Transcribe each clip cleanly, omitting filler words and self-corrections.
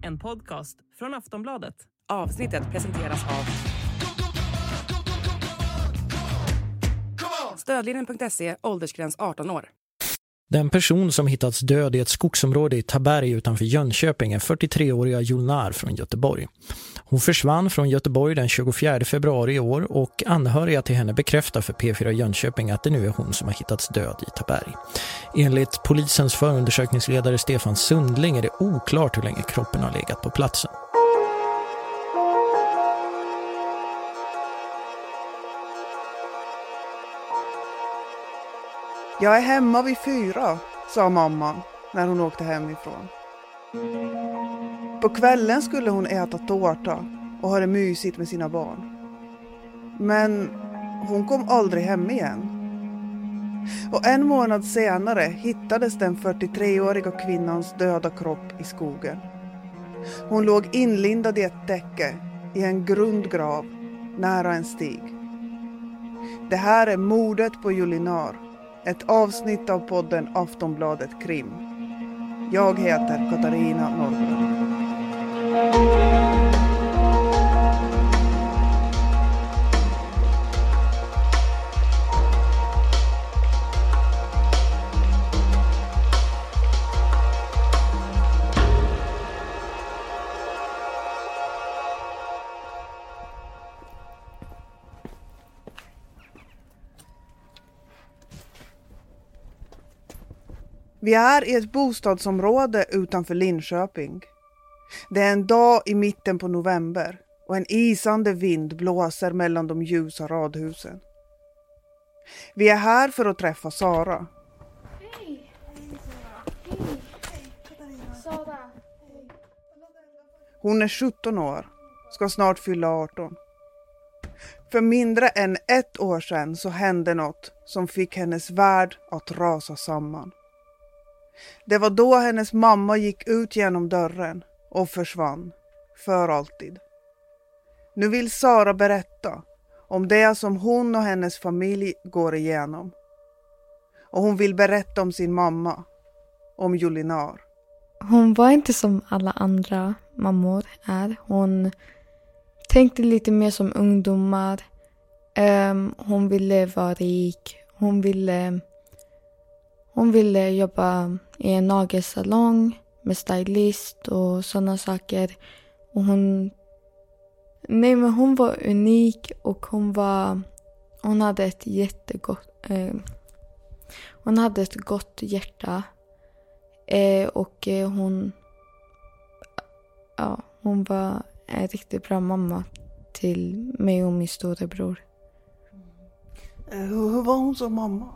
En podcast från Aftonbladet. Avsnittet presenteras av Stödlinjen.se, åldersgräns 18 år. Den person som hittats död i ett skogsområde i Taberg utanför Jönköping är 43-åriga Julnar från Göteborg. Hon försvann från Göteborg den 24 februari i år och anhöriga till henne bekräftar för P4 Jönköping att det nu är hon som har hittats död i Taberg. Enligt polisens förundersökningsledare Stefan Sundling är det oklart hur länge kroppen har legat på platsen. Jag är hemma vid 4, sa mamman när hon åkte hemifrån. På kvällen skulle hon äta tårta och ha det mysigt med sina barn. Men hon kom aldrig hem igen. Och en månad senare hittades den 43-åriga kvinnans döda kropp i skogen. Hon låg inlindad i ett täcke i en grund grav nära en stig. Det här är mordet på Julnar. Ett avsnitt av podden Aftonbladet Krim. Jag heter Katarina Norrlund. Vi är i ett bostadsområde utanför Linköping. Det är en dag i mitten på november och en isande vind blåser mellan de ljusa radhusen. Vi är här för att träffa Sara. Hej! Sara! Hon är 17 år, ska snart fylla 18. För mindre än ett år sedan så hände något som fick hennes värld att rasa samman. Det var då hennes mamma gick ut genom dörren och försvann, för alltid. Nu vill Sara berätta om det som hon och hennes familj går igenom. Och hon vill berätta om sin mamma, om Julnar. Hon var inte som alla andra mammor är. Hon tänkte lite mer som ungdomar. Hon ville vara rik. Hon ville jobba i en nagelsalong med stylist och sådana saker. Och hon var unik och hon hade ett gott hjärta. Och hon var en riktigt bra mamma till mig och min storebror. Hur var hon som mamma?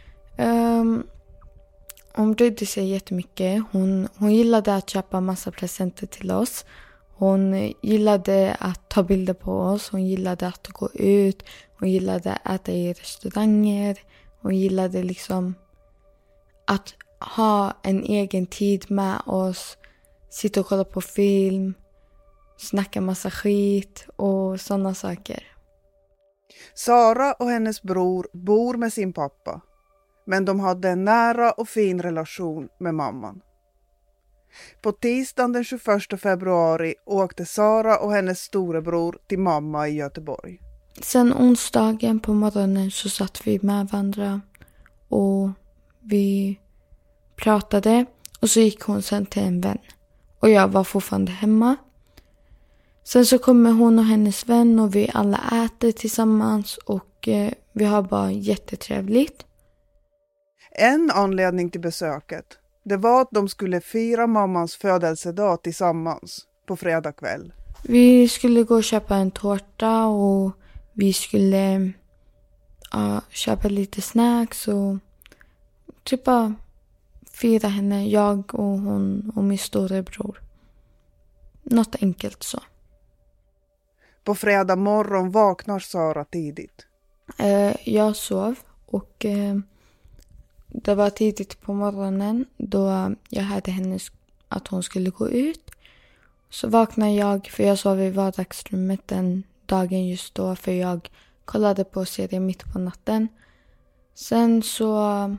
Hon brydde sig jättemycket. Hon gillade att köpa massa presenter till oss. Hon gillade att ta bilder på oss. Hon gillade att gå ut. Hon gillade att äta i restauranger. Hon gillade liksom att ha en egen tid med oss. Sitta och kolla på film. Snacka massa skit och sådana saker. Sara och hennes bror bor med sin pappa. Men de hade en nära och fin relation med mamman. På tisdagen den 21 februari åkte Sara och hennes storebror till mamma i Göteborg. Sen onsdagen på morgonen så satt vi med varandra och vi pratade. Och så gick hon sen till en vän. Och jag var fortfarande hemma. Sen så kommer hon och hennes vän och vi alla äter tillsammans och vi har bara jättetrevligt. En anledning till besöket, det var att de skulle fira mammans födelsedag tillsammans på fredag kväll. Vi skulle gå och köpa en tårta och vi skulle köpa lite snacks och typ bara fira henne, jag och hon och min storebror. Något enkelt så. På fredag morgon vaknar Sara tidigt. Jag sov och det var tidigt på morgonen då jag hörde att hon skulle gå ut. Så vaknade jag, för jag sov i vardagsrummet den dagen just då, för jag kollade på serien mitt på natten. Sen så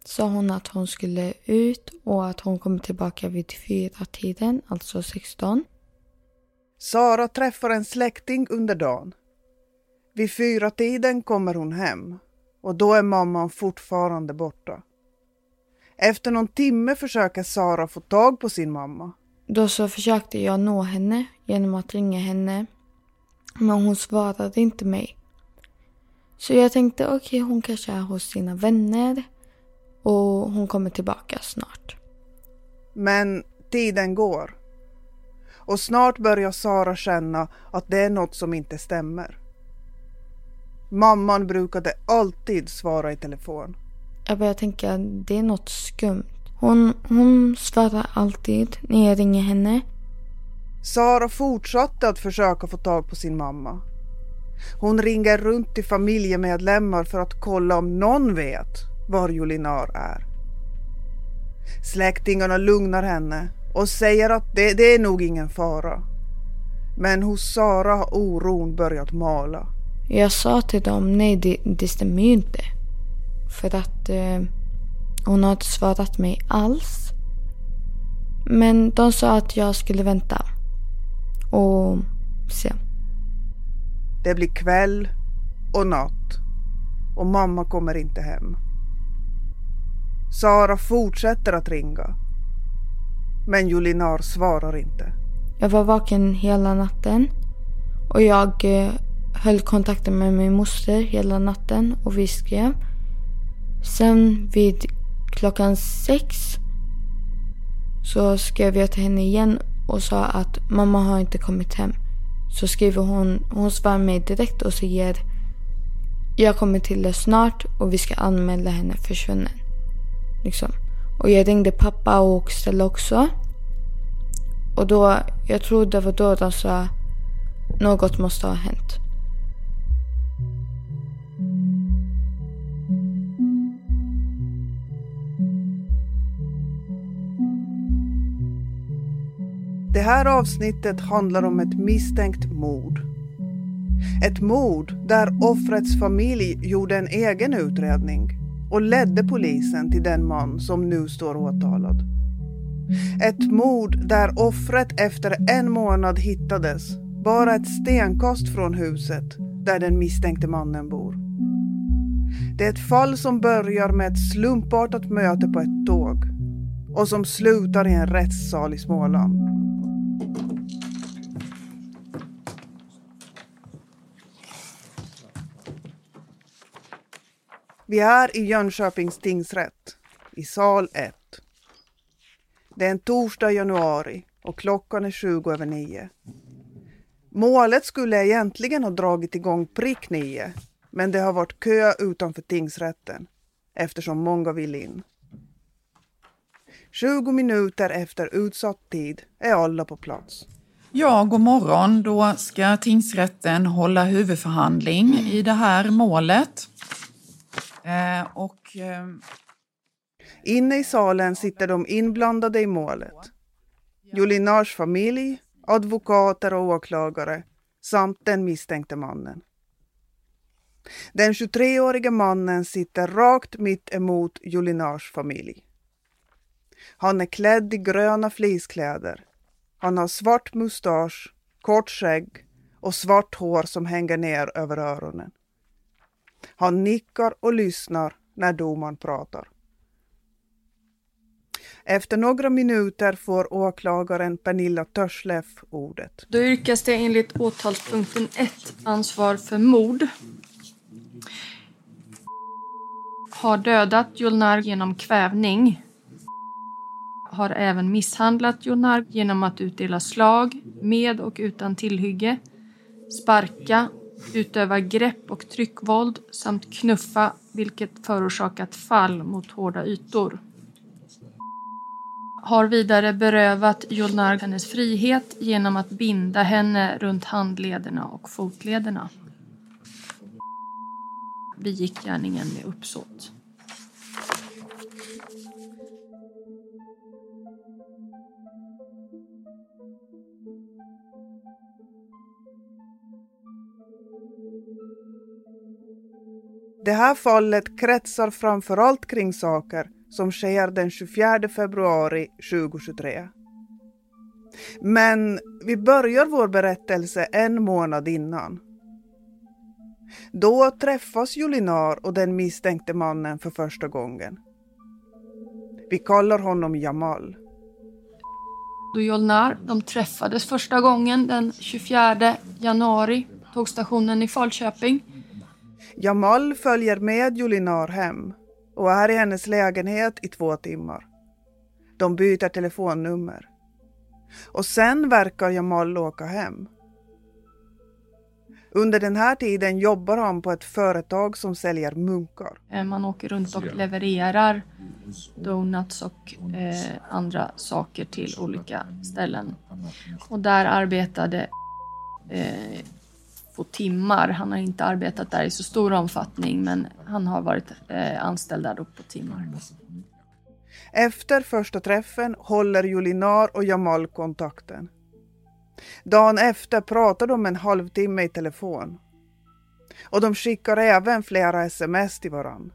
sa hon att hon skulle ut och att hon kommer tillbaka vid 4-tiden, alltså 16. Sara träffar en släkting under dagen. Vid 4-tiden kommer hon hem och då är mamman fortfarande borta. Efter någon timme försöker Sara få tag på sin mamma. Då så försökte jag nå henne genom att ringa henne, men hon svarade inte mig. Så jag tänkte okej, hon kanske är hos sina vänner och hon kommer tillbaka snart. Men tiden går. Och snart börjar Sara känna att det är något som inte stämmer. Mamman brukade alltid svara i telefon. Jag börjar tänka att det är något skumt. Hon svarar alltid när jag ringer henne. Sara fortsatte att försöka få tag på sin mamma. Hon ringer runt till familjemedlemmar för att kolla om någon vet var Julinar är. Släktingarna lugnar henne och säger att det är nog ingen fara. Men hos Sara har oron börjat mala. Jag sa till dem, nej det stämmer ju inte. För att hon har inte svarat mig alls. Men de sa att jag skulle vänta och se. Det blir kväll och natt och mamma kommer inte hem. Sara fortsätter att ringa. Men Julinar svarar inte. Jag var vaken hela natten och jag höll kontakten med min moster hela natten och vi skrev. Sen vid 6 så skrev jag till henne igen och sa att mamma har inte kommit hem. Så skriver hon svarar mig direkt och säger jag kommer till det snart och vi ska anmäla henne försvunnen. Liksom. Och jag ringde pappa och Stella också. Och då, jag tror det var då de sa något måste ha hänt. Det här avsnittet handlar om ett misstänkt mord. Ett mord där offrets familj gjorde en egen utredning och ledde polisen till den man som nu står åtalad. Ett mord där offret efter 1 månad hittades bara ett stenkast från huset där den misstänkte mannen bor. Det är ett fall som börjar med ett slumpartat möte på ett tåg och som slutar i en rättssal i Småland. Vi är i Jönköpings tingsrätt, i sal 1. Det är en torsdag i januari och klockan är 9:20. Målet skulle egentligen ha dragit igång prick 9, men det har varit kö utanför tingsrätten eftersom många vill in. 20 minuter efter utsatt tid är alla på plats. Ja, god morgon. Då ska tingsrätten hålla huvudförhandling i det här målet. Inne i salen sitter de inblandade i målet. Julinars familj, advokater och åklagare samt den misstänkte mannen. Den 23-årige mannen sitter rakt mitt emot Julinars familj. Han är klädd i gröna fleecekläder. Han har svart mustasch, kort skägg och svart hår som hänger ner över öronen. Han nickar och lyssnar när domaren pratar. Efter några minuter får åklagaren Pernilla Törsleff ordet. Då yrkas det enligt åtalspunkten 1 ansvar för mord. Har dödat Julnar genom kvävning. Har även misshandlat Julnar genom att utdela slag med och utan tillhygge, sparka, utöva grepp och tryckvåld samt knuffa, vilket förorsakat fall mot hårda ytor. Har vidare berövat Julnar hennes frihet genom att binda henne runt handlederna och fotlederna. Begick gärningen med uppsåt. Det här fallet kretsar framförallt kring saker som sker den 24 februari 2023. Men vi börjar vår berättelse en månad innan. Då träffas Julinar och den misstänkte mannen för första gången. Vi kallar honom Jamal. Då Julnar, de träffades första gången den 24 januari, tågstationen i Falköping. Jamal följer med Julinar hem och är i hennes lägenhet i 2 timmar. De byter telefonnummer. Och sen verkar Jamal åka hem. Under den här tiden jobbar han på ett företag som säljer munkar. Man åker runt och levererar donuts och andra saker till olika ställen. Och där arbetade på timmar. Han har inte arbetat där i så stor omfattning, men han har varit anställd där då på timmar. Efter första träffen håller Julinar och Jamal kontakten. Dagen efter pratar de en halvtimme i telefon. Och de skickar även flera sms till varann.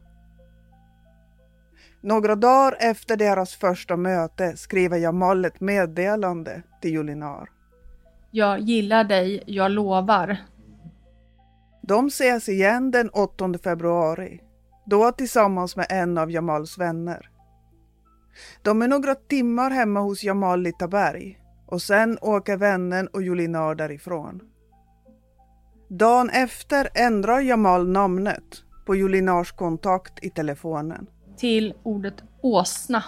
Några dagar efter deras första möte skriver Jamal ett meddelande till Julinar. Jag gillar dig, jag lovar. De ses igen den 8 februari. Då tillsammans med en av Jamals vänner. De är några timmar hemma hos Jamal i Taberg. Och sen åker vännen och Julinar därifrån. Dagen efter ändrar Jamal namnet på Julinars kontakt i telefonen. Till ordet åsna.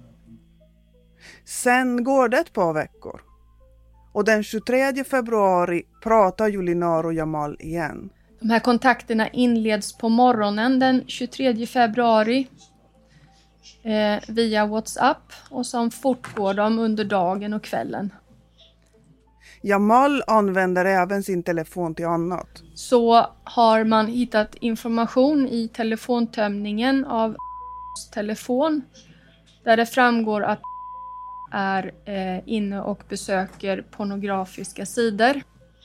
Sen går det ett par veckor. Och den 23 februari pratar Julinar och Jamal igen. De här kontakterna inleds på morgonen den 23 februari. Via WhatsApp och som fortgår de under dagen och kvällen. Jamal använder även sin telefon till annat. Så har man hittat information i telefontömningen av telefon där det framgår att är inne och besöker pornografiska sidor.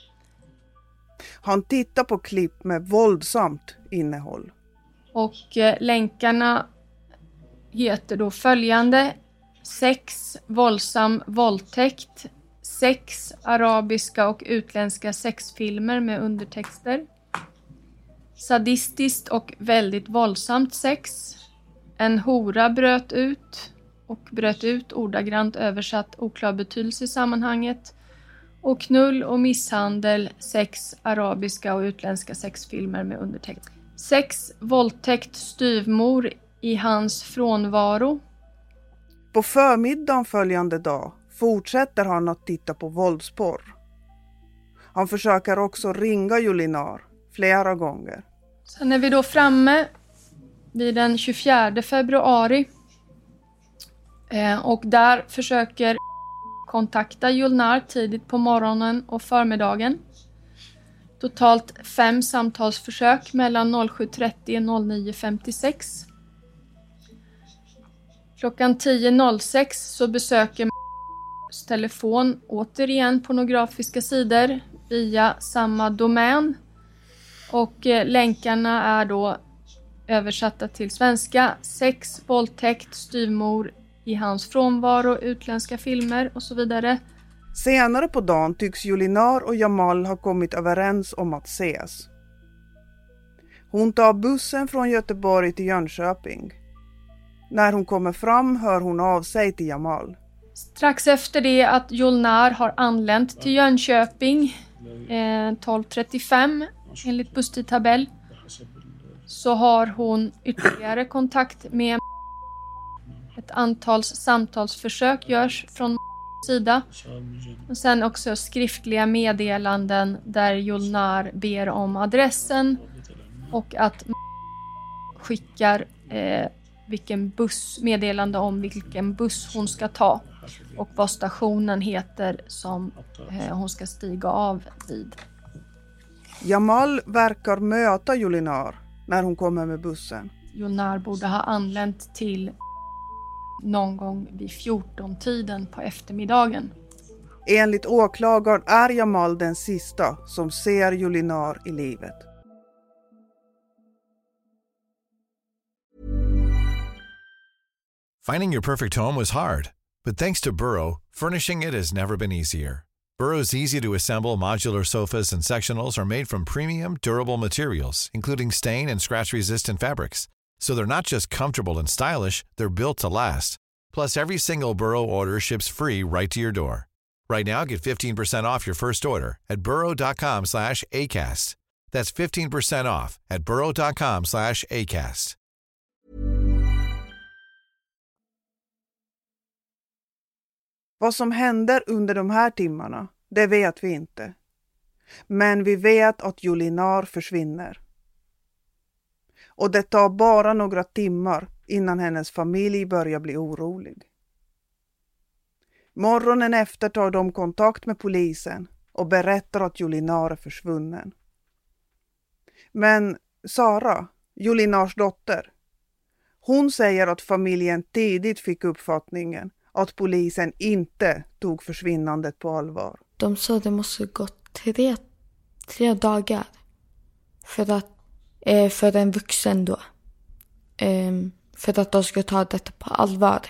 Han tittar på klipp med våldsamt innehåll. Och länkarna heter då följande: 6 våldsam våldtäkt, 6 arabiska och utländska sexfilmer med undertexter, sadistiskt och väldigt våldsamt sex, en hora bröt ut ordagrant översatt, oklar betydelse i sammanhanget, och knull och misshandel, 6 arabiska och utländska sexfilmer med undertext. 6 våldtäkt styvmor i hans frånvaro. På förmiddagen följande dag fortsätter han att titta på våldsporr. Han försöker också ringa Julinar flera gånger. Sen är vi då framme vid den 24 februari. Och där försöker kontakta Julnar tidigt på morgonen och förmiddagen. Totalt 5 samtalsförsök mellan 07.30 och 09.56. Klockan 10.06 så besöker telefon återigen pornografiska sidor via samma domän. Och länkarna är då översatta till svenska: 6 våldtäkt, styvmor i hans frånvaro, utländska filmer och så vidare. Senare på dagen tycks Julinar och Jamal ha kommit överens om att ses. Hon tar bussen från Göteborg till Jönköping. När hon kommer fram hör hon av sig till Jamal. Strax efter det att Julnar har anlänt till Jönköping 12.35 enligt busstidtabell, så har hon ytterligare kontakt med ett antal samtalsförsök görs från sida. Och sen också skriftliga meddelanden där Julnar ber om adressen och att skickar meddelande om vilken buss hon ska ta och vad stationen heter som hon ska stiga av vid. Jamal verkar möta Julinar när hon kommer med bussen. Julnar borde ha anlänt till någon gång vid 14-tiden på eftermiddagen. Enligt åklagaren är Jamal den sista som ser Julinar i livet. Finding your perfect home was hard, but thanks to Burrow, furnishing it has never been easier. Burrow's easy-to-assemble modular sofas and sectionals are made from premium, durable materials, including stain and scratch-resistant fabrics. So they're not just comfortable and stylish, they're built to last. Plus, every single Burrow order ships free right to your door. Right now, get 15% off your first order at burrow.com/ACAST. That's 15% off at burrow.com/ACAST. Vad som händer under de här timmarna, det vet vi inte. Men vi vet att Julinar försvinner. Och det tar bara några timmar innan hennes familj börjar bli orolig. Morgonen efter tar de kontakt med polisen och berättar att Julinar är försvunnen. Men Sara, Julinars dotter, hon säger att familjen tidigt fick uppfattningen att polisen inte tog försvinnandet på allvar. De sa att det måste gått tre dagar för en vuxen då. För att de ska ta detta på allvar.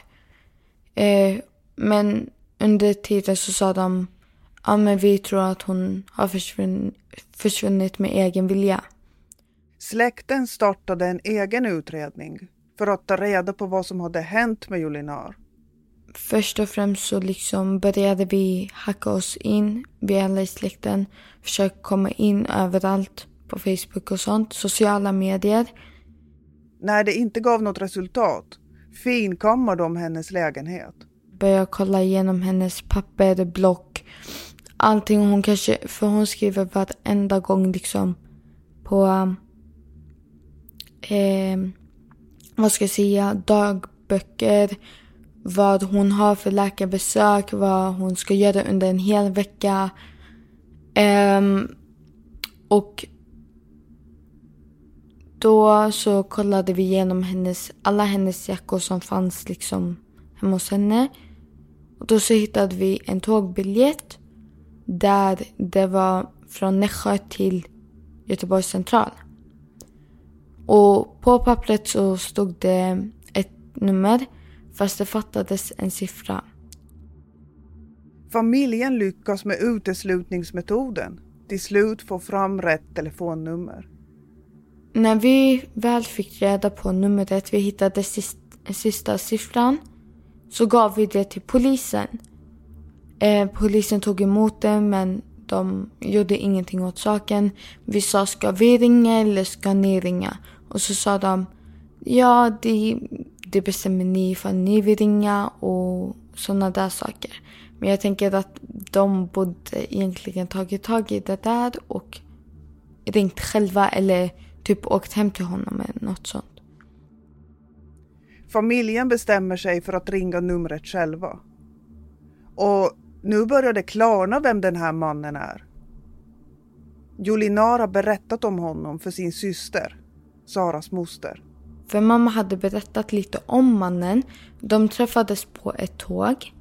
Men under tiden så sa de, ja men vi tror att hon har försvunnit med egen vilja. Släkten startade en egen utredning för att ta reda på vad som hade hänt med Julinar. Först och främst så liksom började vi hacka oss in, vi alla i släkten, försöka komma in överallt på Facebook och sånt, sociala medier. När det inte gav något resultat finkammade de hennes lägenhet. Började kolla igenom hennes papper, block, allting hon kanske, för hon skriver varenda gång liksom på vad ska jag säga, dagböcker, vad hon har för läkarbesök, vad hon ska göra under en hel vecka. Och då så kollade vi igenom alla hennes jackor som fanns liksom hemma hos henne. Och då så hittade vi en tågbiljett där det var från Nässjö till Göteborgs central. Och på pappret så stod det ett nummer, fast det fattades en siffra. Familjen lyckas med uteslutningsmetoden till slut få fram rätt telefonnummer. När vi väl fick reda på numret, vi hittade sista siffran, så gav vi det till polisen. Polisen tog emot det, men de gjorde ingenting åt saken. Vi sa, ska vi ringa eller ska ni ringa? Och så sa de, ja det bestämmer ni för ni vill ringa och sådana där saker. Men jag tänker att de borde egentligen tagit tag i det där och ringt själva eller typ åkt hem till honom eller något sånt. Familjen bestämmer sig för att ringa numret själva. Och nu börjar det klarna vem den här mannen är. Julinar har berättat om honom för sin syster, Saras moster. För mamma hade berättat lite om mannen. De träffades på ett tåg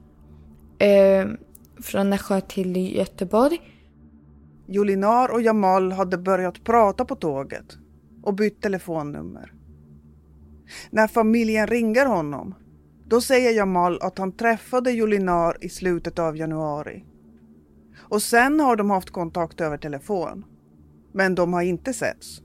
från Nässjö till Göteborg. Julinar och Jamal hade börjat prata på tåget och bytt telefonnummer. När familjen ringer honom, då säger Jamal att han träffade Julinar i slutet av januari. Och sen har de haft kontakt över telefon. Men de har inte setts.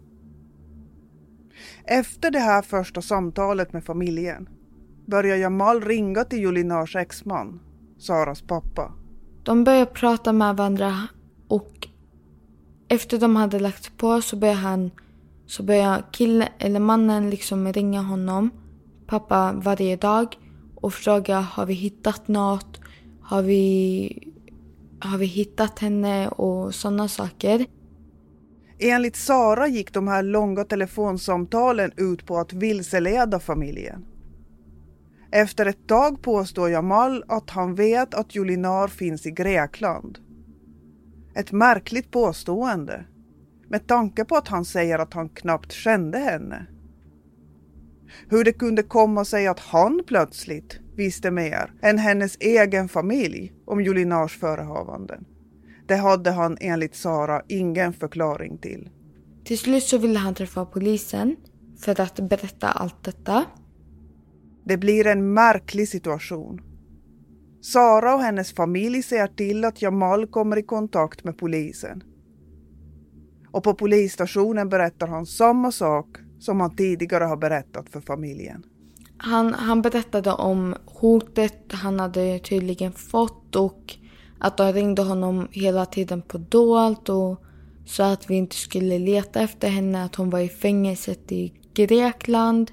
Efter det här första samtalet med familjen börjar Jamal ringa till Julinars exman, Saras pappa. De börjar prata med varandra och efter de hade lagt på så börjar killen eller mannen liksom ringa honom, pappa, varje dag och fråga, har vi hittat något? Har vi hittat henne och sådana saker. Enligt Sara gick de här långa telefonsamtalen ut på att vilseleda familjen. Efter ett tag påstår Jamal att han vet att Julinar finns i Grekland. Ett märkligt påstående, med tanke på att han säger att han knappt kände henne. Hur det kunde komma sig att han plötsligt visste mer än hennes egen familj om Julinars förehavanden, det hade han enligt Sara ingen förklaring till. Till slut så ville han träffa polisen för att berätta allt detta. Det blir en märklig situation. Sara och hennes familj ser till att Jamal kommer i kontakt med polisen. Och på polisstationen berättar han samma sak som han tidigare har berättat för familjen. Han berättade om hotet han hade tydligen fått och att de ringde honom hela tiden på dolt och så att vi inte skulle leta efter henne, att hon var i fängelset i Grekland.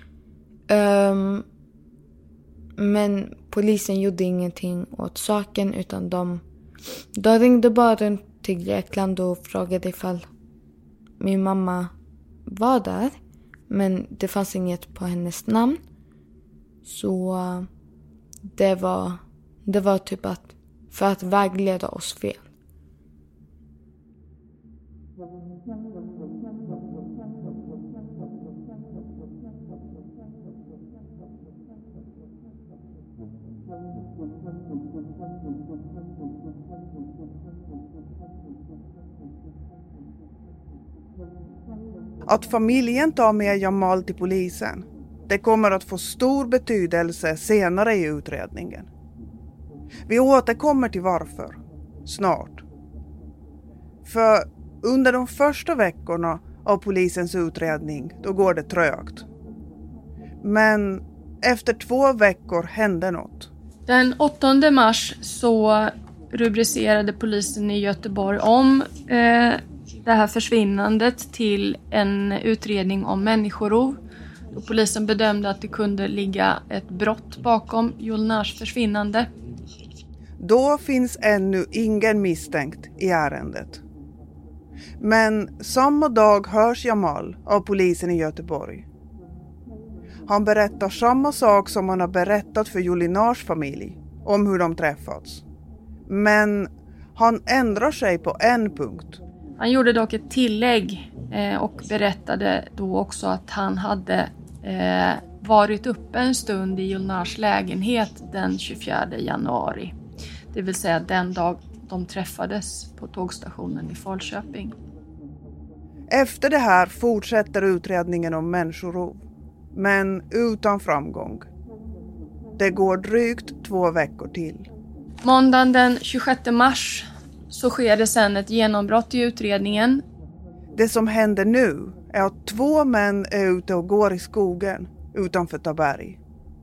Men polisen gjorde ingenting åt saken utan de ringde bara runt till Grekland och frågade ifall min mamma var där. Men det fanns inget på hennes namn. Så det var typ för att vägleda oss fel. Att familjen tar med Jamal till polisen, det kommer att få stor betydelse senare i utredningen. Vi återkommer till varför, snart. För under de första veckorna av polisens utredning, då går det trögt. Men efter 2 veckor hände något. Den 8 mars så rubricerade polisen i Göteborg om det här försvinnandet till en utredning om människorov. Och polisen bedömde att det kunde ligga ett brott bakom Julnars försvinnande. Då finns ännu ingen misstänkt i ärendet. Men samma dag hörs Jamal av polisen i Göteborg. Han berättar samma sak som han har berättat för Julinars familj om hur de träffats. Men han ändrar sig på en punkt. Han gjorde dock ett tillägg och berättade då också att han hade varit uppe en stund i Julnars lägenhet den 24 januari. Det vill säga den dag de träffades på tågstationen i Falköping. Efter det här fortsätter utredningen om människorov, men utan framgång. Det går drygt 2 veckor till. Måndagen den 26 mars så sker det sedan ett genombrott i utredningen. Det som händer nu är att 2 män är ute och går i skogen utanför Taberg.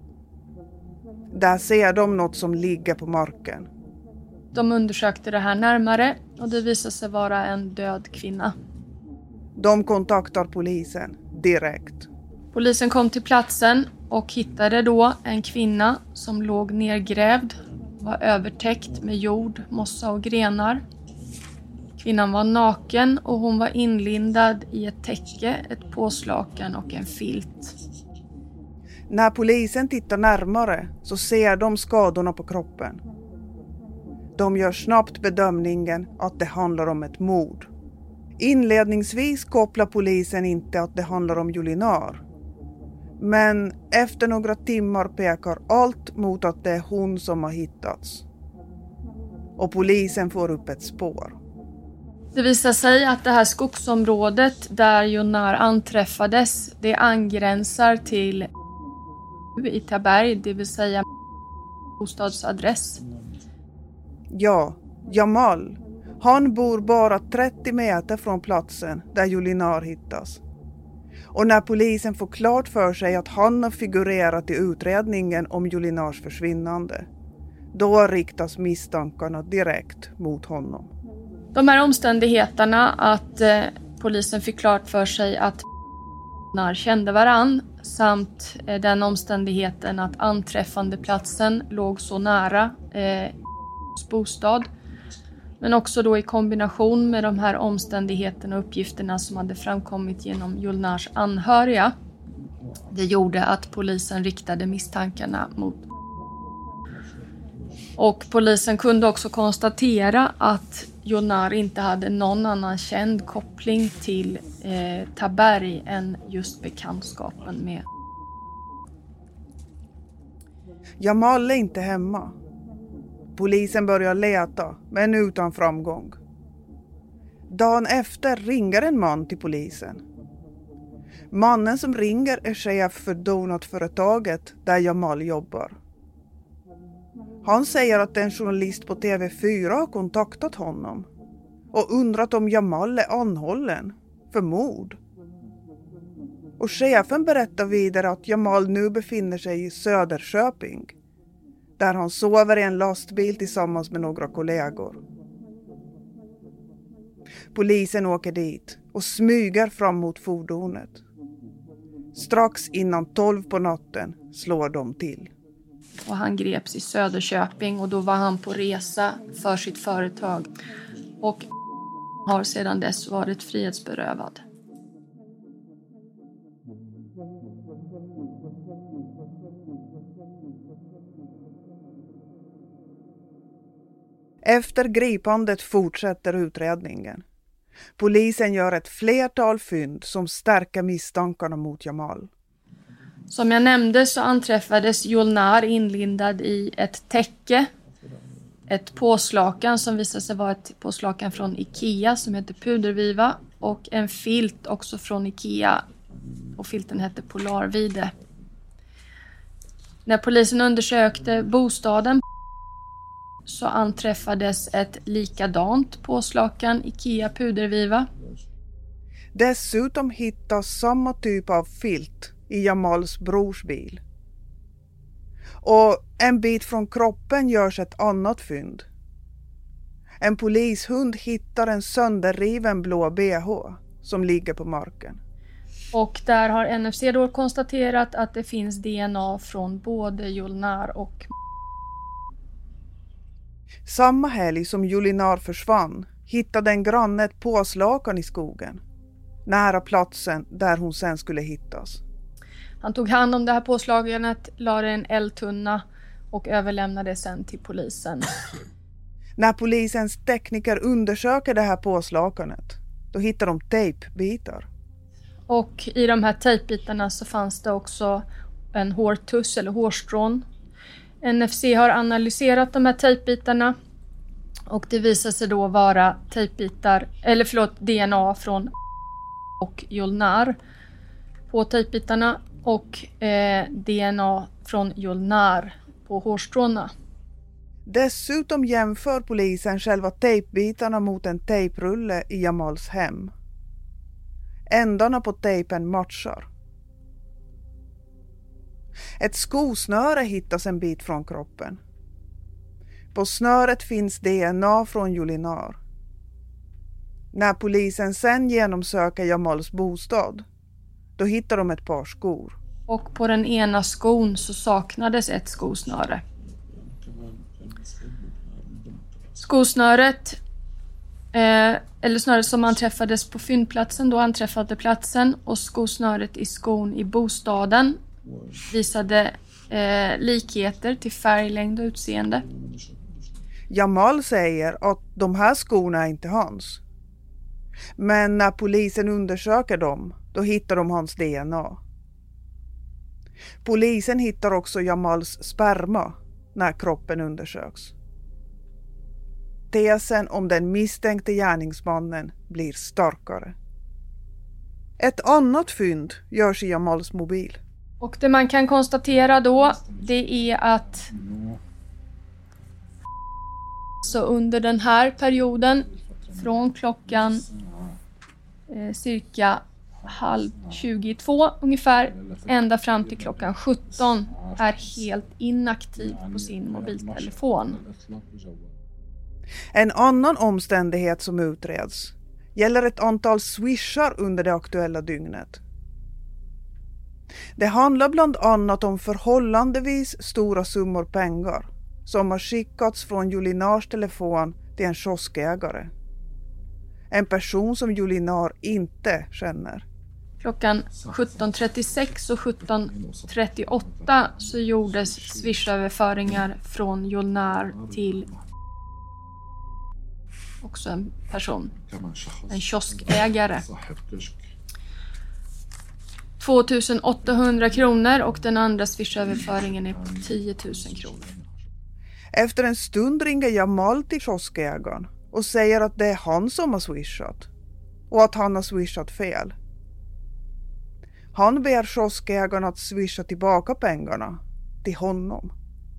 Där ser de något som ligger på marken. De undersökte det här närmare och det visade sig vara en död kvinna. De kontaktar polisen direkt. Polisen kom till platsen och hittade då en kvinna som låg nergrävd, var övertäckt med jord, mossa och grenar. Kvinnan var naken och hon var inlindad i ett täcke, ett påslakan och en filt. När polisen tittar närmare så ser de skadorna på kroppen. De gör snabbt bedömningen att det handlar om ett mord. Inledningsvis kopplar polisen inte att det handlar om Julinar. Men efter några timmar pekar allt mot att det är hon som har hittats. Och polisen får upp ett spår. Det visar sig att det här skogsområdet där Julnar anträffades, det angränsar till i Taberg, det vill säga bostadsadress. Ja, Jamal. Han bor bara 30 meter från platsen där Julinar hittas. Och när polisen får klart för sig att han har figurerat i utredningen om Julinars försvinnande, då riktas misstankarna direkt mot honom. De här omständigheterna att polisen fick klart för sig att Julnar kände varann samt den omständigheten att anträffandeplatsen låg så nära bostad. Men också då i kombination med de här omständigheterna och uppgifterna som hade framkommit genom Julnars anhöriga. Det gjorde att polisen riktade misstankarna mot. Och polisen kunde också konstatera att Julnar inte hade någon annan känd koppling till Taberg än just bekantskapen med. Jamal är inte hemma. Polisen börjar leta, men utan framgång. Dagen efter ringer en man till polisen. Mannen som ringer är chef för donutföretaget där Jamal jobbar. Han säger att en journalist på TV4 har kontaktat honom och undrat om Jamal är anhållen för mord. Och chefen berättar vidare att Jamal nu befinner sig i Söderköping, där han sover i en lastbil tillsammans med några kollegor. Polisen åker dit och smyger fram mot fordonet. Strax innan 12 på natten slår de till. Och han greps i Söderköping och då var han på resa för sitt företag. Och har sedan dess varit frihetsberövad. Efter gripandet fortsätter utredningen. Polisen gör ett flertal fynd som stärker misstankarna mot Jamal. Som jag nämnde så anträffades Julnar inlindad i ett täcke. Ett påslakan som visade sig vara ett påslakan från Ikea som heter Puderviva. Och en filt också från Ikea. Och filten hette Polarvide. När polisen undersökte bostaden så anträffades ett likadant påslakan Ikea Puderviva. Dessutom hittas samma typ av filt i Jamals brors bil. Och en bit från kroppen görs ett annat fynd. En polishund hittar en sönderriven blå BH som ligger på marken. Och där har NFC då konstaterat att det finns DNA från både Julnar och... Samma helg som Julnar försvann hittade en granne ett påslakan i skogen, nära platsen där hon sen skulle hittas. Han tog hand om det här påslaganet, la det i en eldtunna och överlämnade sen till polisen. När polisens tekniker undersöker det här påslakanet, då hittar de tejpbitar. Och i de här tejpbitarna så fanns det också en hårtuss eller hårstrån. NFC har analyserat de här tejpbitarna och det visar sig då vara DNA från och Julnar på tejpbitarna och DNA från Julnar på hårstråna. Dessutom jämför polisen själva tejpbitarna mot en tejprulle i Jamals hem. Ändarna på tejpen matchar. Ett skosnöre hittas en bit från kroppen. På snöret finns DNA från Julnar. När polisen sen genomsöker Jamals bostad, då hittar de ett par skor. Och på den ena skon så saknades ett skosnöre. Skosnöret, eller snöret som anträffades på fyndplatsen, då anträffade platsen, och skosnöret i skon i bostaden visade likheter till färg, längd och utseende. Jamal säger att de här skorna är inte hans. Men när polisen undersöker dem, då hittar de hans DNA. Polisen hittar också Jamals sperma när kroppen undersöks. Tesen om den misstänkte gärningsmannen blir starkare. Ett annat fynd görs i Jamals mobil. Och det man kan konstatera då, det är att så under den här perioden från klockan cirka 21:30 ungefär ända fram till klockan 17 är helt inaktiv på sin mobiltelefon. En annan omständighet som utreds gäller ett antal swishar under det aktuella dygnet. Det handlar bland annat om förhållandevis stora summor pengar som har skickats från Julnars telefon till en kioskägare. En person som Julnar inte känner. Klockan 17:36 och 17:38 så gjordes swishöverföringar från Julnar till också en person, en kioskägare. 2800 kronor och den andra swishöverföringen är på 10 000 kronor. Efter en stund ringer Jamal till kioskägaren och säger att det är han som har swishat och att han har swishat fel. Han ber kioskägaren att swisha tillbaka pengarna till honom.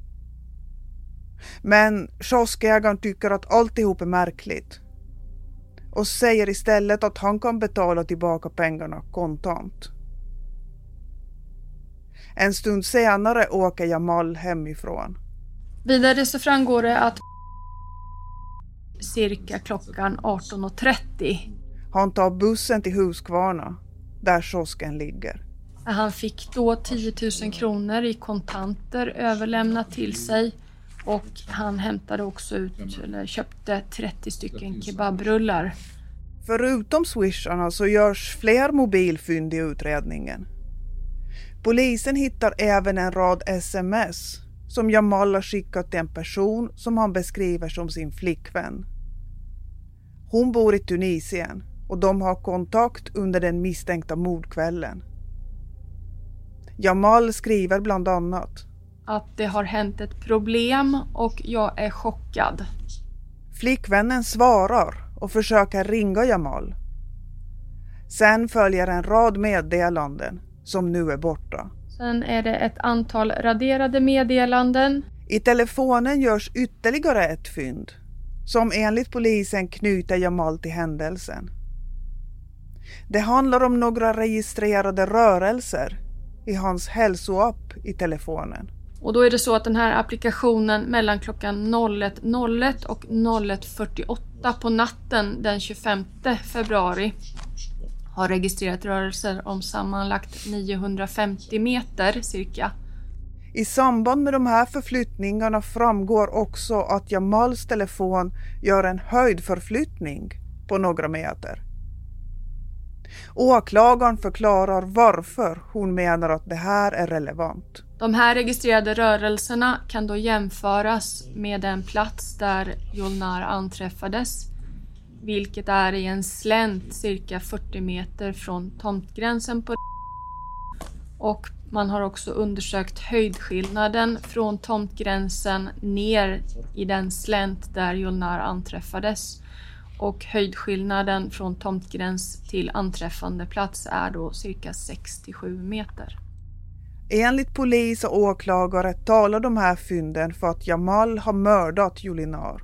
Men kioskägaren tycker att alltihop är märkligt och säger istället att han kan betala tillbaka pengarna kontant. En stund senare åker Jamal hemifrån. Vidare så framgår det att cirka klockan 18.30 han tar bussen till Huskvarna där kiosken ligger. Han fick då 10 000 kronor i kontanter överlämnat till sig och han hämtade också ut eller köpte 30 stycken kebabrullar. Förutom swisharna så görs fler mobilfynd i utredningen. Polisen hittar även en rad sms som Jamal har skickat till en person som han beskriver som sin flickvän. Hon bor i Tunisien och de har kontakt under den misstänkta mordkvällen. Jamal skriver bland annat att det har hänt ett problem och jag är chockad. Flickvännen svarar och försöker ringa Jamal. Sen följer en rad meddelanden som nu är borta. Sen är det ett antal raderade meddelanden. I telefonen görs ytterligare ett fynd som enligt polisen knyter Jamal till händelsen. Det handlar om några registrerade rörelser i hans hälsoapp i telefonen. Och då är det så att den här applikationen mellan klockan 01.01 och 01.48 på natten den 25 februari har registrerat rörelser om sammanlagt 950 meter cirka. I samband med de här förflyttningarna framgår också att Jamals telefon gör en höjdförflyttning på några meter. Åklagaren förklarar varför hon menar att det här är relevant. De här registrerade rörelserna kan då jämföras med den plats där Julnar anträffades, vilket är i en slänt cirka 40 meter från tomtgränsen på. Och man har också undersökt höjdskillnaden från tomtgränsen ner i den slänt där Julnar anträffades. Och höjdskillnaden från tomtgräns till anträffande plats är då cirka 67 meter. Enligt polis och åklagare talar de här fynden för att Jamal har mördat Julnar.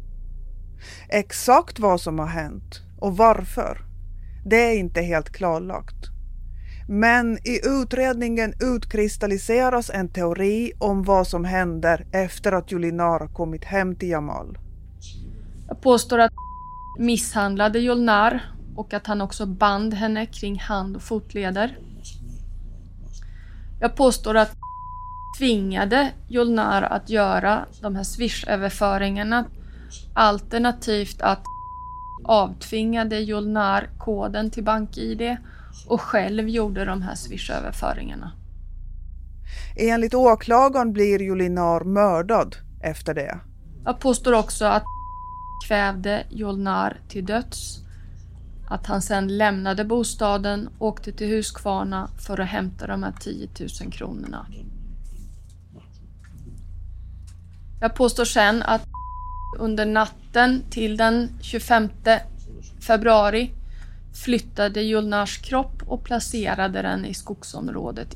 Exakt vad som har hänt och varför, det är inte helt klarlagt. Men i utredningen utkristalliseras en teori om vad som händer efter att Julnar kommit hem till Jamal. Jag påstår att misshandlade Julnar och att han också band henne kring hand- och fotleder. Jag påstår att tvingade Julnar att göra de här Swish-överföringarna, alternativt att avtvingade Julnar koden till BankID och själv gjorde de här Swish-överföringarna. Enligt åklagaren blir Julnar mördad efter det. Jag påstår också att kvävde Julnar till döds, att han sedan lämnade bostaden och åkte till Huskvarna för att hämta de här 10 000 kronorna. Jag påstår sen att under natten till den 25 februari flyttade Julnars kropp och placerade den i skogsområdet.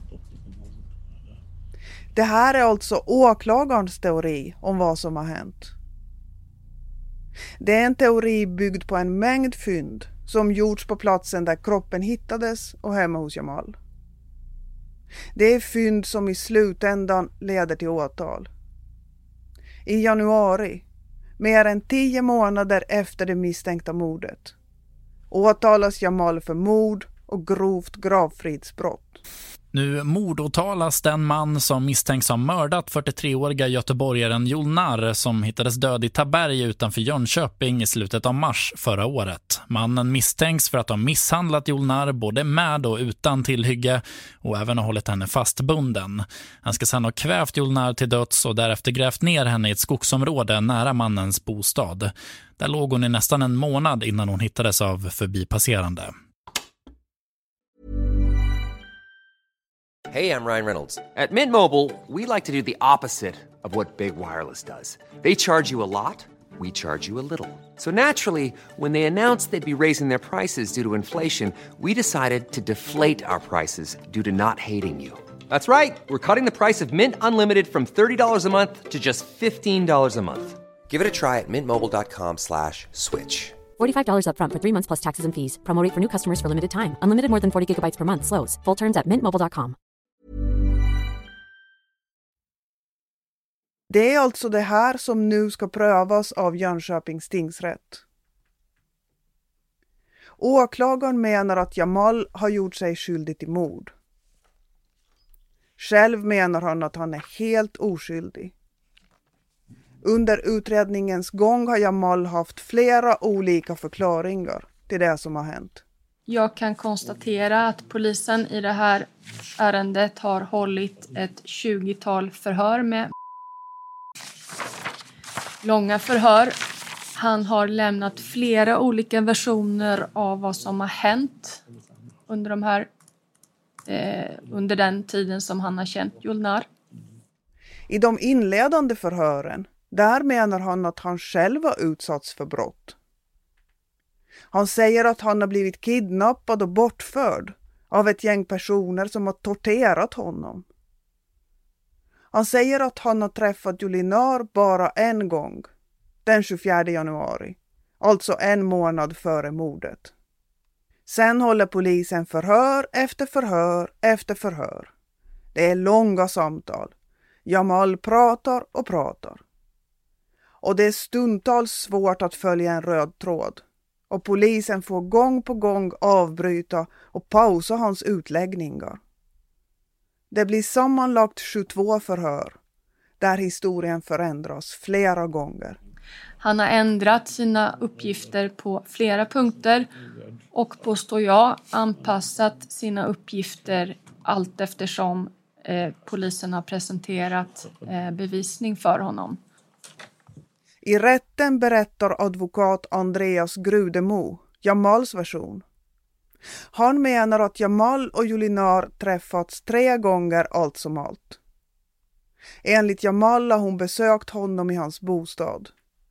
Det här är alltså åklagarens teori om vad som har hänt. Det är en teori byggd på en mängd fynd som gjorts på platsen där kroppen hittades och hemma hos Jamal. Det är fynd som i slutändan leder till åtal. I januari, mer än 10 månader efter det misstänkta mordet, åtalas Jamal för mord och grovt gravfridsbrott. Nu mordåtalas den man som misstänks ha mördat 43-åriga göteborgaren Julnar som hittades död i Taberg utanför Jönköping i slutet av mars förra året. Mannen misstänks för att ha misshandlat Julnar både med och utan tillhygge och även ha hållit henne fastbunden. Han ska sedan ha kvävt Julnar till döds och därefter grävt ner henne i ett skogsområde nära mannens bostad. Där låg hon i nästan en månad innan hon hittades av förbipasserande. Hey, I'm Ryan Reynolds. At Mint Mobile, we like to do the opposite of what Big Wireless does. They charge you a lot, we charge you a little. So naturally, when they announced they'd be raising their prices due to inflation, we decided to deflate our prices due to not hating you. That's right. We're cutting the price of Mint Unlimited from $30 a month to just $15 a month. Give it a try at mintmobile.com/switch. $45 up front for 3 months plus taxes and fees. Promo rate for new customers for limited time. Unlimited more than 40 gigabytes per month. Slows full terms at mintmobile.com. Det är alltså det här som nu ska prövas av Jönköpings tingsrätt. Åklagaren menar att Jamal har gjort sig skyldig till mord. Själv menar han att han är helt oskyldig. Under utredningens gång har Jamal haft flera olika förklaringar till det som har hänt. Jag kan konstatera att polisen i det här ärendet har hållit ett 20-tal förhör med långa förhör. Han har lämnat flera olika versioner av vad som har hänt under den tiden som han har känt Julnar. I de inledande förhören, där menar han att han själv har utsatts för brott. Han säger att han har blivit kidnappad och bortförd av ett gäng personer som har torterat honom. Han säger att han har träffat Julnar bara en gång, den 24 januari, alltså en månad före mordet. Sen håller polisen förhör efter förhör efter förhör. Det är långa samtal. Jamal pratar och pratar. Och det är stundtals svårt att följa en röd tråd. Och polisen får gång på gång avbryta och pausa hans utläggningar. Det blir sammanlagt 22 förhör, där historien förändras flera gånger. Han har ändrat sina uppgifter på flera punkter och, påstår jag, anpassat sina uppgifter allt eftersom polisen har presenterat bevisning för honom. I rätten berättar advokat Andreas Grudemo Jamals version. Han menar att Jamal och Julnar träffats 3 gånger allt som allt. Enligt Jamal har hon besökt honom i hans bostad.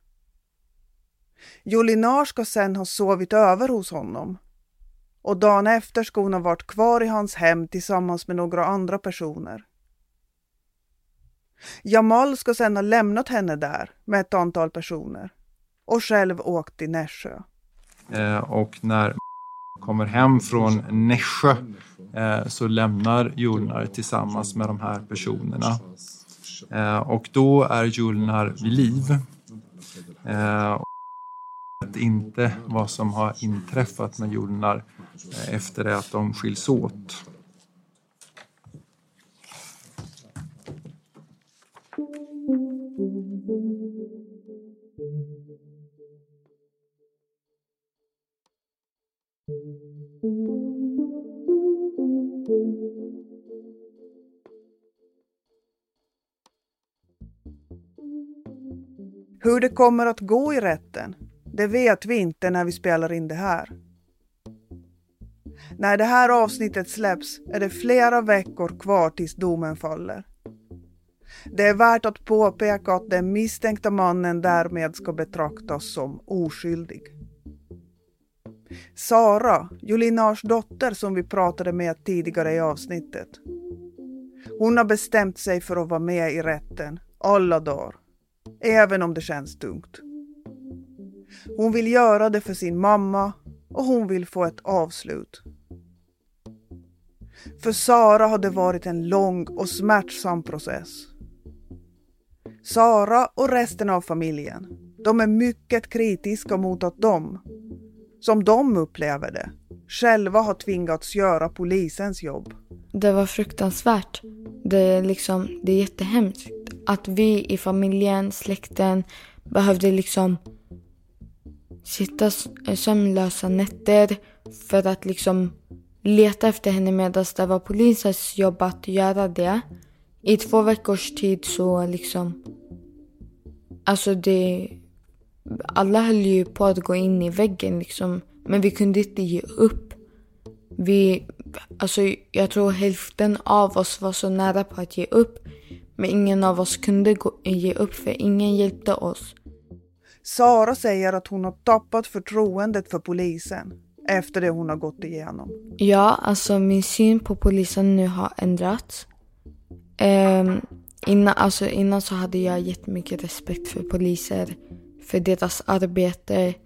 Julnar ska sen ha sovit över hos honom. Och dagen efter ska hon ha varit kvar i hans hem tillsammans med några andra personer. Jamal ska sen ha lämnat henne där med ett antal personer och själv åkt till Nässjö. Och när kommer hem från Nässjö så lämnar Julnar tillsammans med de här personerna. Och då är Julnar vid liv. Inte vad som har inträffat med Julnar efter det att de skiljs åt. Hur det kommer att gå i rätten, det vet vi inte när vi spelar in det här. När det här avsnittet släpps är det flera veckor kvar tills domen faller. Det är värt att påpeka att den misstänkta mannen därmed ska betraktas som oskyldig. Sara, Julinars dotter som vi pratade med tidigare i avsnittet. Hon har bestämt sig för att vara med i rätten alla dagar, även om det känns tungt. Hon vill göra det för sin mamma och hon vill få ett avslut. För Sara har det varit en lång och smärtsam process. Sara och resten av familjen, de är mycket kritiska mot att de, som de upplever det, själva har tvingats göra polisens jobb. Det var fruktansvärt. Det är jättehemskt att vi i familjen, släkten behövde sitta sömnlösa nätter för att leta efter henne medan det var polisens jobb att göra det. I 2 veckors tid så alla höll ju på att gå in i väggen men vi kunde inte ge upp. Jag tror hälften av oss var så nära på att ge upp, men ingen av oss kunde ge upp för ingen hjälpte oss. Sara säger att hon har tappat förtroendet för polisen efter det hon har gått igenom. Ja, alltså min syn på polisen nu har ändrats. Innan så hade jag jättemycket respekt för poliser, för deras arbete.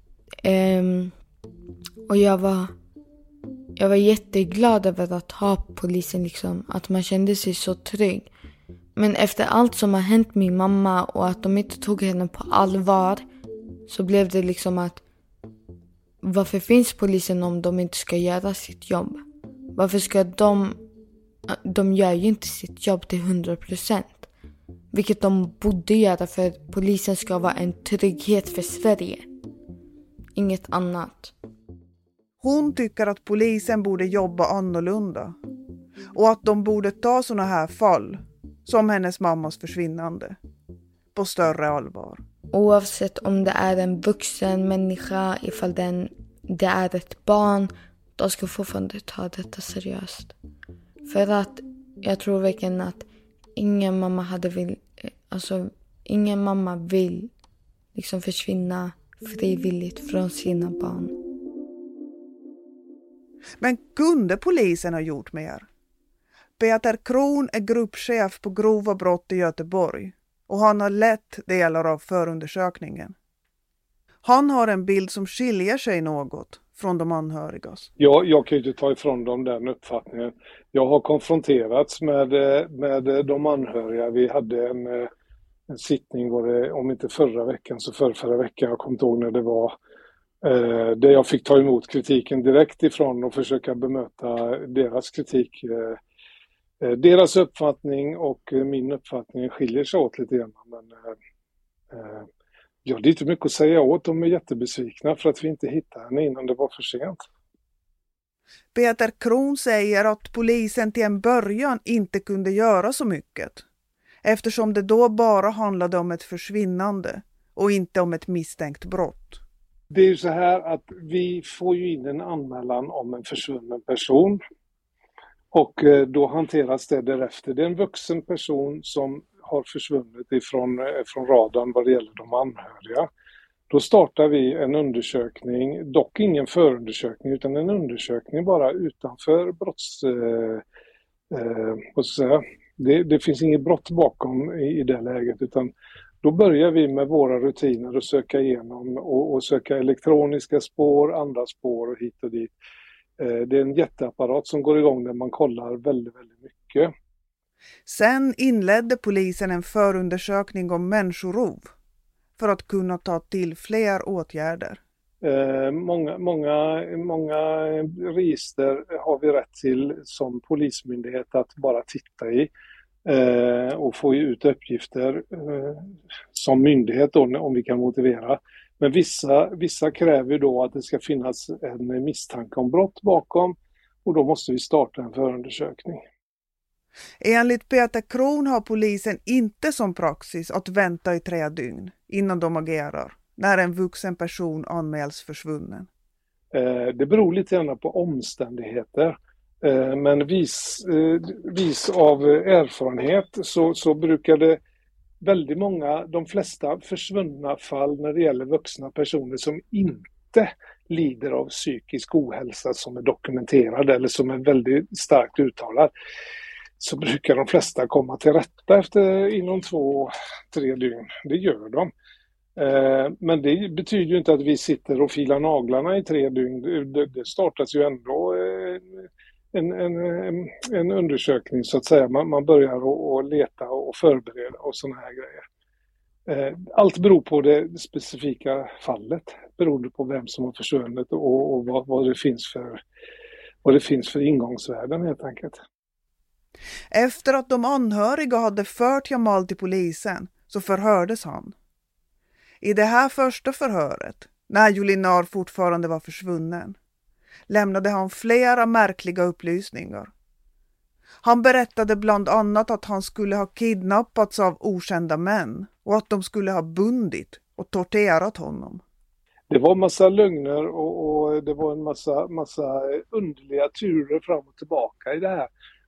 Och jag var jätteglad över att ha polisen, liksom, att man kände sig så trygg. Men efter allt som har hänt min mamma och att de inte tog henne på allvar, så blev det liksom att varför finns polisen om de inte ska göra sitt jobb? Varför ska de gör ju inte sitt jobb till 100%. Vilket de borde göra, för polisen ska vara en trygghet för Sverige. Inget annat. Hon tycker att polisen borde jobba annorlunda. Och att de borde ta såna här fall, som hennes mammas försvinnande, på större allvar. Oavsett om det är en vuxen människa, ifall det är ett barn, de ska fortfarande ta detta seriöst. För att jag tror verkligen att ingen mamma vill liksom försvinna frivilligt från sina barn. Men kunde polisen ha gjort mer? Peter Kron är gruppchef på grova brott i Göteborg och han har lett delar av förundersökningen. Han har en bild som skiljer sig något från de anhörigas. Jag kan ju inte ta ifrån dem den uppfattningen. Jag har konfronterats med de anhöriga. Vi hade en sittning, var det, om inte förra veckan så förra veckan. Jag kommer inte ihåg när det var. Där jag fick ta emot kritiken direkt ifrån och försöka bemöta deras kritik. Deras uppfattning och min uppfattning skiljer sig åt lite grann. Men det är inte mycket att säga åt. De är jättebesvikna för att vi inte hittade henne innan det var för sent. Peter Kron säger att polisen till en början inte kunde göra så mycket. Eftersom det då bara handlade om ett försvinnande och inte om ett misstänkt brott. Det är ju så här att vi får ju in en anmälan om en försvunnen person. Och då hanteras det därefter. Det är en vuxen person som har försvunnit ifrån radarn vad det gäller de anhöriga. Då startar vi en undersökning, dock ingen förundersökning utan en undersökning bara utanför det finns inget brott bakom i det läget, utan då börjar vi med våra rutiner och söka igenom och söka elektroniska spår, andra spår och hit och dit. Det är en jätteapparat som går igång när man kollar väldigt, väldigt mycket. Sen inledde polisen en förundersökning om människorov för att kunna ta till fler åtgärder. Många register har vi rätt till som polismyndighet att bara titta i och få ut uppgifter som myndighet då, om vi kan motivera. Men vissa kräver då att det ska finnas en misstanke om brott bakom och då måste vi starta en förundersökning. Enligt Peter Kron har polisen inte som praxis att vänta i 3 dygn innan de agerar när en vuxen person anmäls försvunnen. Det beror lite grann på omständigheter. Men vis av erfarenhet så brukar det väldigt många, de flesta försvunna fall när det gäller vuxna personer som inte lider av psykisk ohälsa som är dokumenterad eller som är väldigt starkt uttalad, så brukar de flesta komma till rätta inom 2-3 dygn. Det gör de. Men det betyder ju inte att vi sitter och filar naglarna i 3 dygn. Det startas ju ändå en undersökning så att säga. Man börjar att leta och förbereda och såna här grejer. Allt beror på det specifika fallet. Beroende på vem som har försvunnit och vad det finns för ingångsvärden helt enkelt. Efter att de anhöriga hade fört Jamal till polisen så förhördes han. I det här första förhöret, när Julinar fortfarande var försvunnen, lämnade han flera märkliga upplysningar. Han berättade bland annat att han skulle ha kidnappats av okända män och att de skulle ha bundit och torterat honom. Det var massa lögner och det var en massa underliga turer fram och tillbaka i det här.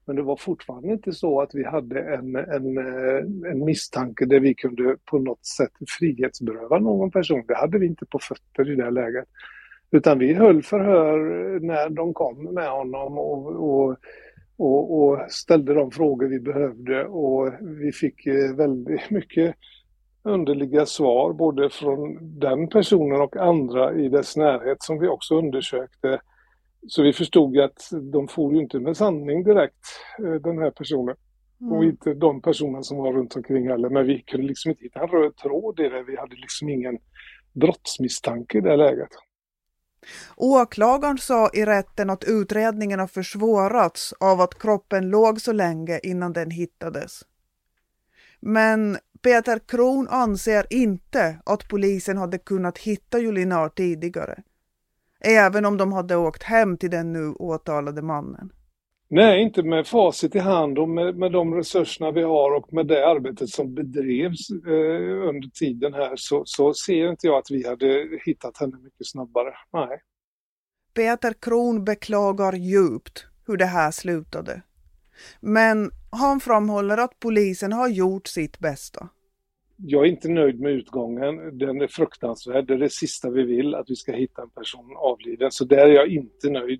Men det var fortfarande inte så att vi hade en misstanke där vi kunde på något sätt frihetsberöva någon person. Det hade vi inte på fötter i det läget. Utan vi höll förhör när de kom med honom och ställde de frågor vi behövde. Och vi fick väldigt mycket underliga svar både från den personen och andra i dess närhet som vi också undersökte. Så vi förstod att de får ju inte med sanning direkt, den här personen. Och inte de personer som var runt omkring heller. Men vi kunde liksom inte hitta en röd tråd i det. Vi hade liksom ingen brottsmisstanke i det läget. Åklagaren sa i rätten att utredningen har försvårats av att kroppen låg så länge innan den hittades. Men Peter Kron anser inte att polisen hade kunnat hitta Julinar tidigare. Även om de hade åkt hem till den nu åtalade mannen. Nej, inte med facit i hand och med de resurserna vi har och med det arbetet som bedrevs under tiden här så ser inte jag att vi hade hittat henne mycket snabbare. Nej. Peter Kron beklagar djupt hur det här slutade. Men han framhåller att polisen har gjort sitt bästa. Jag är inte nöjd med utgången. Den är fruktansvärd. Det är det sista vi vill, att vi ska hitta en person avliden. Så där är jag inte nöjd.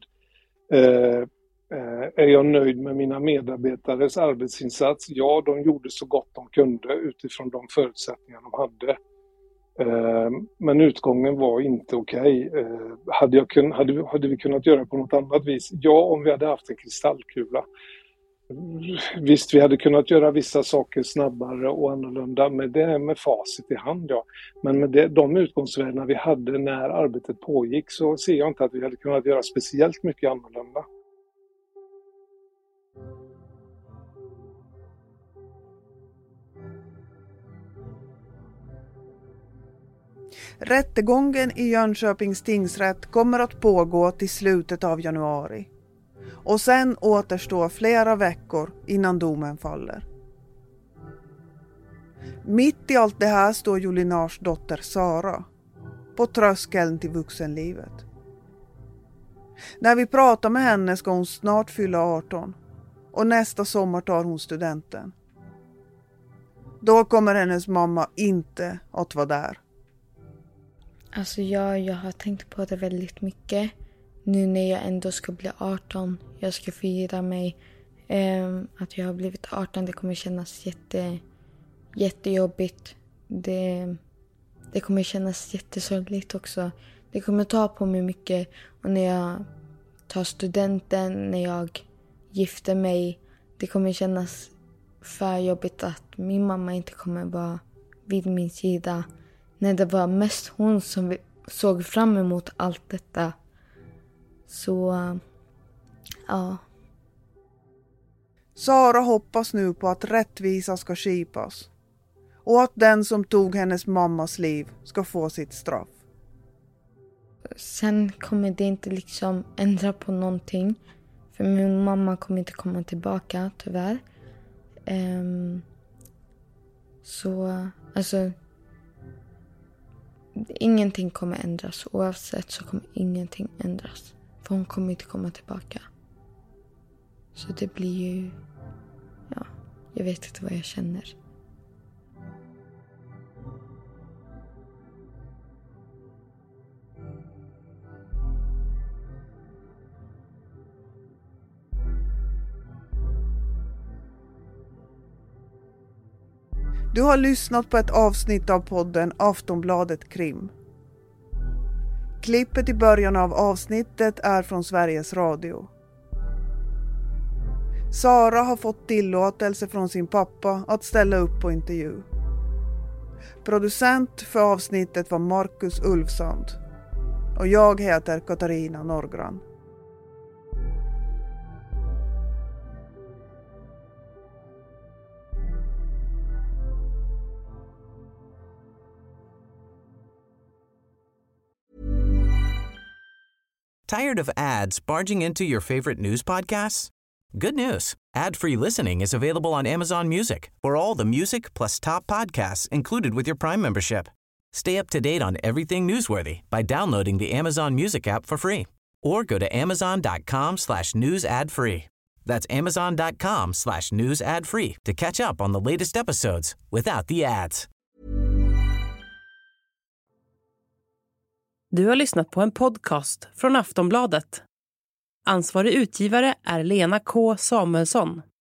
Är jag nöjd med mina medarbetares arbetsinsats? Ja, de gjorde så gott de kunde utifrån de förutsättningar de hade. Men utgången var inte okej. Hade vi kunnat göra på något annat vis? Ja, om vi hade haft en kristallkula. Visst, vi hade kunnat göra vissa saker snabbare och annorlunda, men det är med facit i hand, ja. Men med de utgångsvärdena vi hade när arbetet pågick så ser jag inte att vi hade kunnat göra speciellt mycket annorlunda. Rättegången i Jönköpings tingsrätt kommer att pågå till slutet av januari. Och sen återstår flera veckor innan domen faller. Mitt i allt det här står Julinars dotter Sara på tröskeln till vuxenlivet. När vi pratar med henne ska hon snart fylla 18 och nästa sommar tar hon studenten. Då kommer hennes mamma inte att vara där. Alltså jag har tänkt på det väldigt mycket. Nu när jag ändå ska bli 18, jag ska fira mig. Att jag har blivit 18, det kommer kännas jättejobbigt. Det kommer kännas jättesorgligt också. Det kommer ta på mig mycket. Och när jag tar studenten, när jag gifter mig, det kommer kännas för jobbigt att min mamma inte kommer vara vid min sida. När det var mest hon som såg fram emot allt detta. Så, ja. Sara hoppas nu på att rättvisa ska skipas. Och att den som tog hennes mammas liv ska få sitt straff. Sen kommer det inte liksom ändra på någonting. För min mamma kommer inte komma tillbaka, tyvärr. Så, alltså... Ingenting kommer ändras. Oavsett så kommer ingenting ändras. För hon kommer inte komma tillbaka. Så det blir ju... Ja, jag vet inte vad jag känner. Du har lyssnat på ett avsnitt av podden Aftonbladet Krim. Klippet i början av avsnittet är från Sveriges Radio. Sara har fått tillåtelse från sin pappa att ställa upp på intervju. Producent för avsnittet var Marcus Ulfsand. Och jag heter Katarina Norgran. Tired of ads barging into your favorite news podcasts? Good news. Ad-free listening is available on Amazon Music for all the music plus top podcasts included with your Prime membership. Stay up to date on everything newsworthy by downloading the Amazon Music app for free or go to amazon.com/news ad free. That's amazon.com/news ad free to catch up on the latest episodes without the ads. Du har lyssnat på en podcast från Aftonbladet. Ansvarig utgivare är Lena K. Samuelsson.